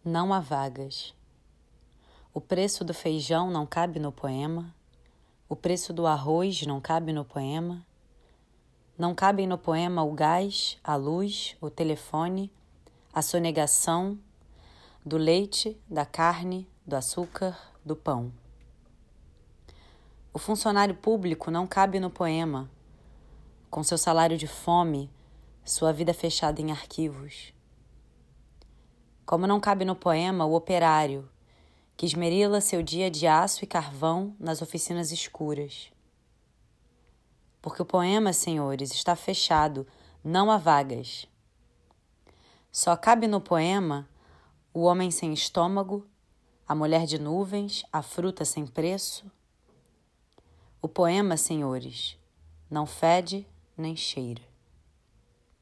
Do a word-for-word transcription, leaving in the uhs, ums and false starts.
Não há vagas. O preço do feijão não cabe no poema. O preço do arroz não cabe no poema. Não cabem no poema o gás, a luz, o telefone, a sonegação do leite, da carne, do açúcar, do pão. O funcionário público não cabe no poema, com seu salário de fome, sua vida fechada em arquivos. Como não cabe no poema o operário, que esmerila seu dia de aço e carvão nas oficinas escuras. Porque o poema, senhores, está fechado, não há vagas. Só cabe no poema o homem sem estômago, a mulher de nuvens, a fruta sem preço. O poema, senhores, não fede nem cheira.